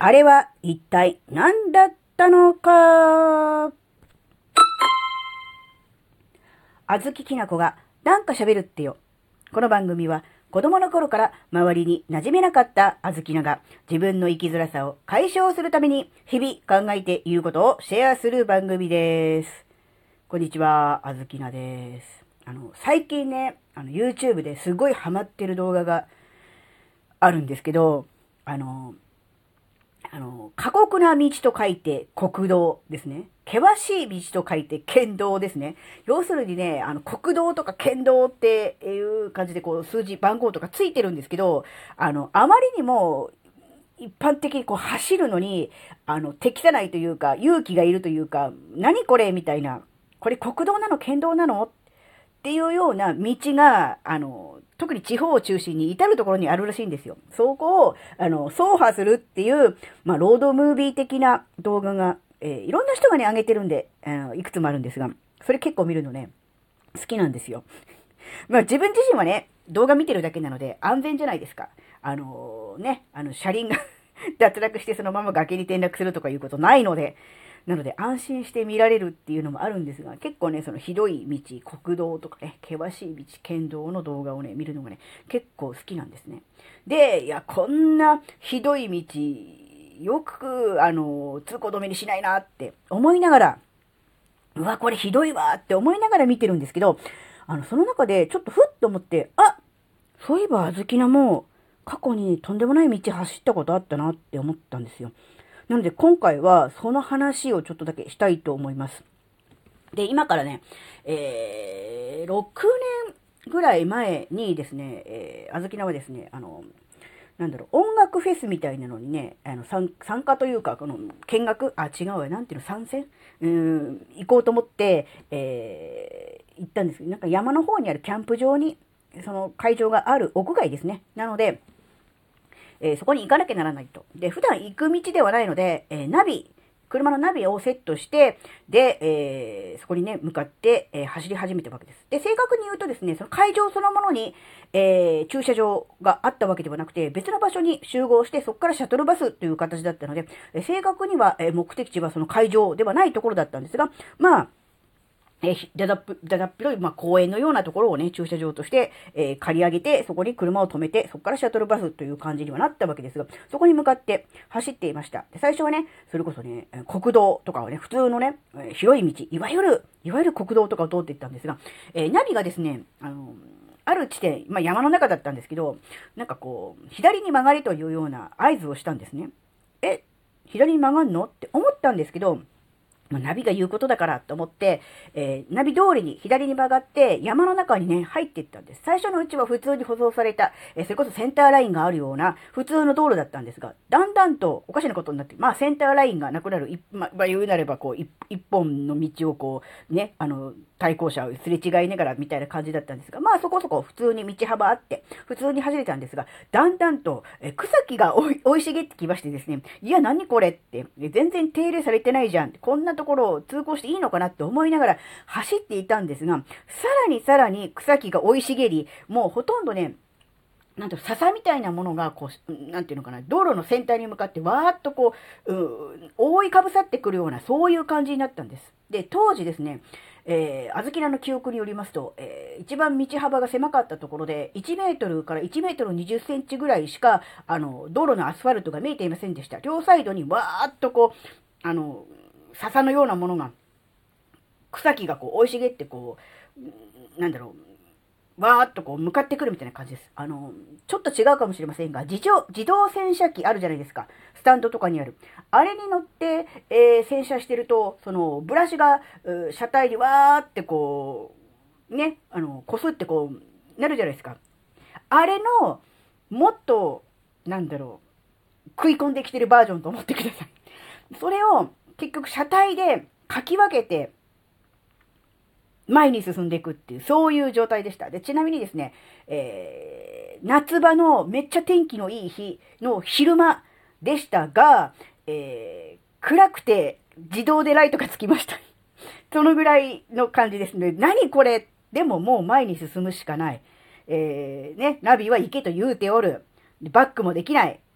あれは一体何だったのか。あずききなこがなんか喋るってよ。この番組は子供の頃から周りに馴染めなかったあずきなが自分の生きづらさを解消するために日々考えていることをシェアする番組です。こんにちは、あずきなです。最近ね、YouTube ですごいハマってる動画があるんですけど、過酷な道と書いて国道ですね。険しい道と書いて県道ですね。要するにね、国道とか県道っていう感じでこう数字、番号とかついてるんですけど、あまりにも一般的にこう走るのに、適さないというか、勇気がいるというか、何これみたいな。これ国道なの県道なのっていうような道が、特に地方を中心に至るところにあるらしいんですよ。そこを、走破するっていう、ロードムービー的な動画が、いろんな人がね、上げてるんで、いくつもあるんですが、それ結構見るのね、好きなんですよ。自分自身はね、動画見てるだけなので安全じゃないですか。車輪が脱落してそのまま崖に転落するとかいうことないので、なので安心して見られるっていうのもあるんですが、結構ね、そのひどい道、国道とかね、険しい道、県道の動画をね、見るのがね、結構好きなんですね。で、いや、こんなひどい道、よく、通行止めにしないなって思いながら、うわ、これひどいわって思いながら見てるんですけど、その中でちょっとふっと思って、そういえばあずきなも過去にとんでもない道走ったことあったなって思ったんですよ。なので今回はその話をちょっとだけしたいと思います。で、今からね、6年ぐらい前にですね、あずきなはですね、音楽フェスみたいなのにね、参加というか、見学違うわ、なんていうの、参戦行こうと思って、行ったんですけど、なんか山の方にあるキャンプ場に、その会場がある屋外ですね。なので、そこに行かなきゃならないと。で、普段行く道ではないので、車のナビをセットして、で、そこにね、向かって、走り始めたわけです。で、正確に言うとですね、その会場そのものに、駐車場があったわけではなくて、別の場所に集合して、そこからシャトルバスという形だったので、正確には、目的地はその会場ではないところだったんですが、だだっ広い、公園のようなところをね、駐車場として、借り上げて、そこに車を止めて、そこからシャトルバスという感じにはなったわけですが、そこに向かって走っていました。で、最初はね、それこそね、国道とかをね、普通のね、広い道、いわゆる国道とかを通っていったんですが、ナビがですね、ある地点、山の中だったんですけど、なんかこう、左に曲がれというような合図をしたんですね。左に曲がんのって思ったんですけど、ナビが言うことだからと思って、ナビ通りに左に曲がって山の中にね、入っていったんです。最初のうちは普通に舗装された、それこそセンターラインがあるような普通の道路だったんですが、だんだんとおかしなことになって、センターラインがなくなる、言うなればこう、一本の道をこう、ね、対向車をすれ違いながらみたいな感じだったんですが、そこそこ普通に道幅あって、普通に走れたんですが、だんだんと、草木が生い茂ってきましてですね、いや、何これって、全然手入れされてないじゃん。こんなところを通行していいのかなって思いながら走っていたんですが、さらに草木が生い茂り、もうほとんどね、笹みたいなものが、こう、なんていうのかな、道路の先端に向かってわーっとこう、覆いかぶさってくるような、そういう感じになったんです。で、当時ですね、あずきなの記憶によりますと、一番道幅が狭かったところで、1メートルから1メートル20センチぐらいしか、道路のアスファルトが見えていませんでした。両サイドにわーっとこう、笹のようなものが、草木がこう、生い茂ってこう、わーっとこう向かってくるみたいな感じです。ちょっと違うかもしれませんが、自動洗車機あるじゃないですか。スタンドとかにある。あれに乗って、洗車してると、その、ブラシが、車体にわーってこう、ね、こすってこう、なるじゃないですか。あれの、もっと、食い込んできてるバージョンと思ってください。それを、結局車体でかき分けて、前に進んでいくっていう、そういう状態でした。で、ちなみにですね、夏場のめっちゃ天気のいい日の昼間でしたが、暗くて自動でライトがつきました。そのぐらいの感じですね。何これ？でももう前に進むしかない。ナビは行けと言うておる。バックもできない。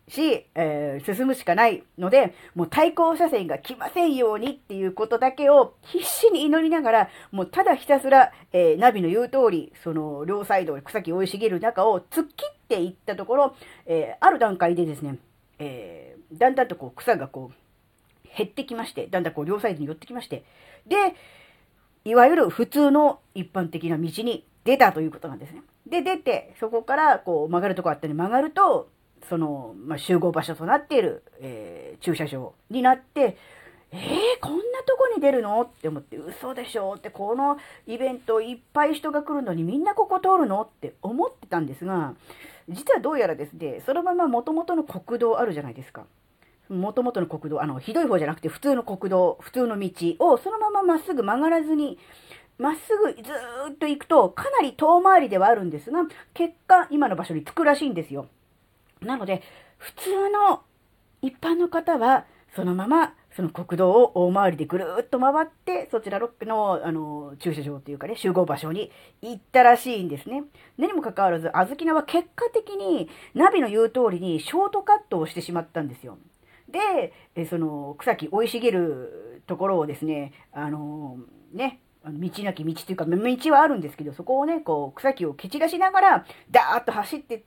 し、進むしかないので、もう対向車線が来ませんようにっていうことだけを必死に祈りながら、もうただひたすら、ナビの言う通り、その両サイド草木生い茂る中を突っ切っていったところ、ある段階でですね、だんだんとこう草がこう減ってきまして、だんだんこう両サイドに寄ってきまして、で、いわゆる普通の一般的な道に出たということなんですね。で、出て、そこからこう曲がるとこあったり曲がると、その、集合場所となっている、駐車場になって、こんなとこに出るのって思って、嘘でしょって、このイベントいっぱい人が来るのにみんなここ通るのって思ってたんですが、実はどうやらですね、そのまま元々の国道あるじゃないですか。元々の国道、ひどい方じゃなくて普通の国道、普通の道をそのまままっすぐ曲がらずに、まっすぐずーっと行くと、かなり遠回りではあるんですが、結果、今の場所に着くらしいんですよ。なので、普通の一般の方は、そのまま、その国道を大回りでぐるーっと回って、そちらの、駐車場というかね、集合場所に行ったらしいんですね。何もかかわらず、小豆菜は結果的に、ナビの言う通りにショートカットをしてしまったんですよ。で、その、草木生い茂るところをですね、道なき道というか、道はあるんですけど、そこをね、こう、草木を蹴散らしながら、ダーッと走っていって、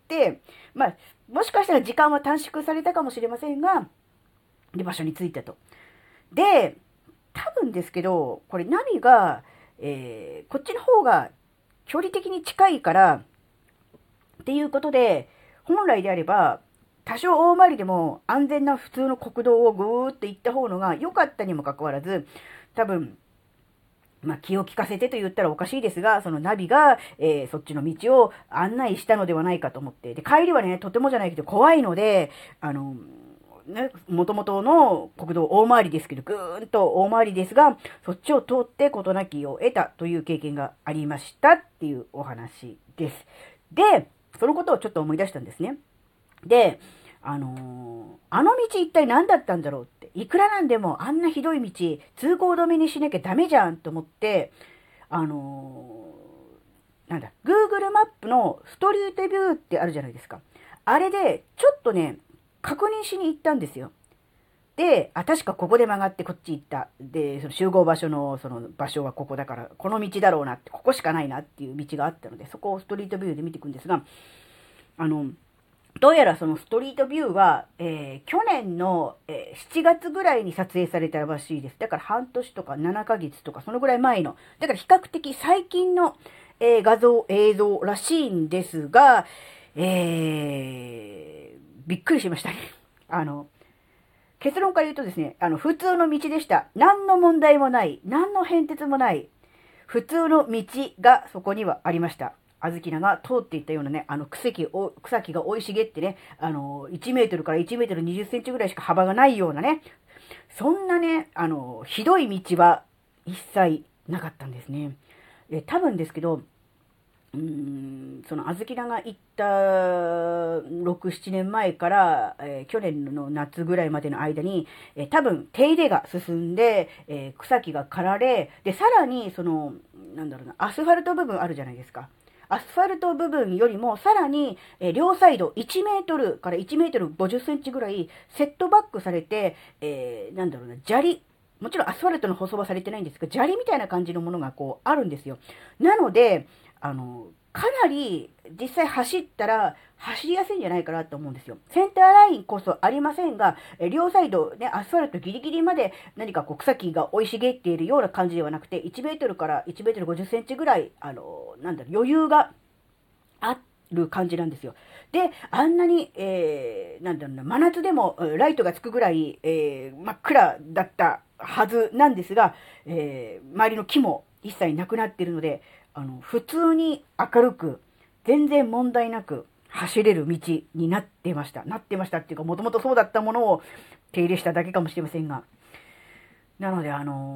もしかしたら時間は短縮されたかもしれませんが、で、場所に着いたと。で、多分ですけど、これナビが、こっちの方が距離的に近いから、っていうことで、本来であれば、多少大回りでも安全な普通の国道をぐーっと行った方のが良かったにもかかわらず、多分、気を利かせてと言ったらおかしいですが、そのナビが、そっちの道を案内したのではないかと思って。で、帰りはね、とてもじゃないけど怖いので、元々の国道大回りですけど、ぐーんと大回りですが、そっちを通って事なきを得たという経験がありましたっていうお話です。で、そのことをちょっと思い出したんですね。で、あの道一体何だったんだろうって。いくらなんでもあんなひどい道、通行止めにしなきゃダメじゃんと思って、Google マップのストリートビューってあるじゃないですか。あれで、ちょっとね、確認しに行ったんですよ。で、確かここで曲がってこっち行った。で、その集合場所のその場所はここだから、この道だろうなって、ここしかないなっていう道があったので、そこをストリートビューで見ていくんですが、どうやらそのストリートビューは、去年の、7月ぐらいに撮影されたらしいです。だから半年とか7ヶ月とかそのぐらい前の、だから比較的最近の、画像、映像らしいんですが、びっくりしましたね。結論から言うとですね、普通の道でした。何の問題もない、何の変哲もない、普通の道がそこにはありました。小豆菜が通っていったようなね、草木が生い茂ってね、1メートルから1メートル20センチぐらいしか幅がないようなね、そんなね、ひどい道は一切なかったんですね。多分ですけど、その小豆菜が行った6、7年前から、去年の夏ぐらいまでの間に、多分手入れが進んで、草木が刈られ、で、さらに、アスファルト部分あるじゃないですか。アスファルト部分よりもさらに、両サイド1メートルから1メートル50センチぐらいセットバックされて、砂利、もちろんアスファルトの舗装はされてないんですが、砂利みたいな感じのものがこうあるんですよ。なので、かなり実際走ったら走りやすいんじゃないかなと思うんですよ。センターラインこそありませんが、両サイドね、アスファルトギリギリまで何かこう草木が生い茂っているような感じではなくて、1メートルから1メートル50センチぐらい、余裕がある感じなんですよ。で、あんなに、真夏でもライトがつくぐらい、真っ暗だったはずなんですが、周りの木も一切なくなっているので、普通に明るく、全然問題なく走れる道になってました。なってましたっていうか、もともとそうだったものを手入れしただけかもしれませんが。なので、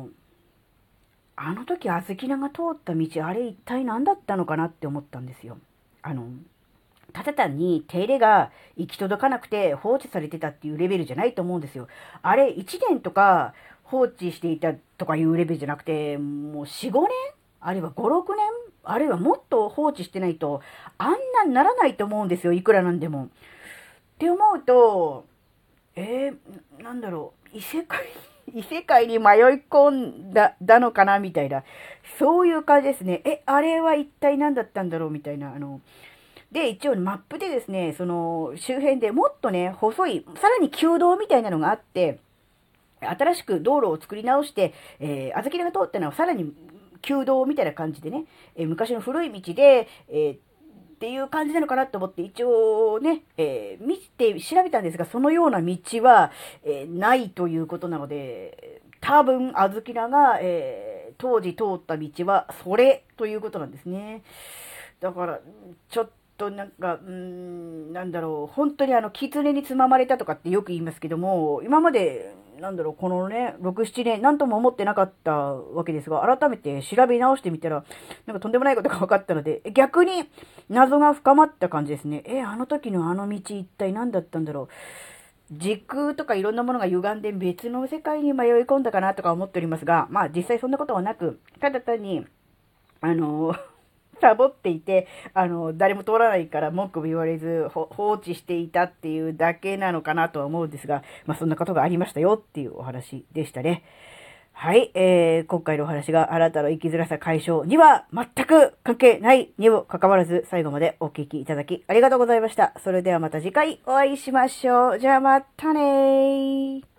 時、小豆菜が通った道、あれ一体何だったのかなって思ったんですよ。ただ単に手入れが行き届かなくて放置されてたっていうレベルじゃないと思うんですよ。あれ1年とか放置していたとかいうレベルじゃなくて、もう4、5年あるいは5、6年あるいはもっと放置してないと、あんなんならないと思うんですよ。いくらなんでも。 って思うと、なんだろう、異世界に迷い込んだのかなみたいな、そういう感じですね。あれは一体何だったんだろうみたいな、で、一応マップでですね、その周辺でもっとね、細い、さらに旧道みたいなのがあって、新しく道路を作り直して、小豆が通ったのはさらに旧道みたいな感じでね、昔の古い道で、っていう感じなのかなと思って一応ね、見て調べたんですが、そのような道は、ないということなので、多分、小豆菜が、当時通った道はそれということなんですね。だから、ちょっとなんか、なんだろう、本当に狐につままれたとかってよく言いますけども、今まで、なんだろう、このね、6、7年、なんとも思ってなかったわけですが、改めて調べ直してみたら、なんかとんでもないことが分かったので、逆に謎が深まった感じですね。あの時のあの道一体何だったんだろう。時空とかいろんなものが歪んで別の世界に迷い込んだかなとか思っておりますが、まあ実際そんなことはなく、ただ単に、あのサボっていて、誰も通らないから文句も言われず、放置していたっていうだけなのかなとは思うんですが、まあそんなことがありましたよっていうお話でしたね。はい、今回のお話があなたの生きづらさ解消には全く関係ないにもかかわらず最後までお聞きいただきありがとうございました。それではまた次回お会いしましょう。じゃあまたねー。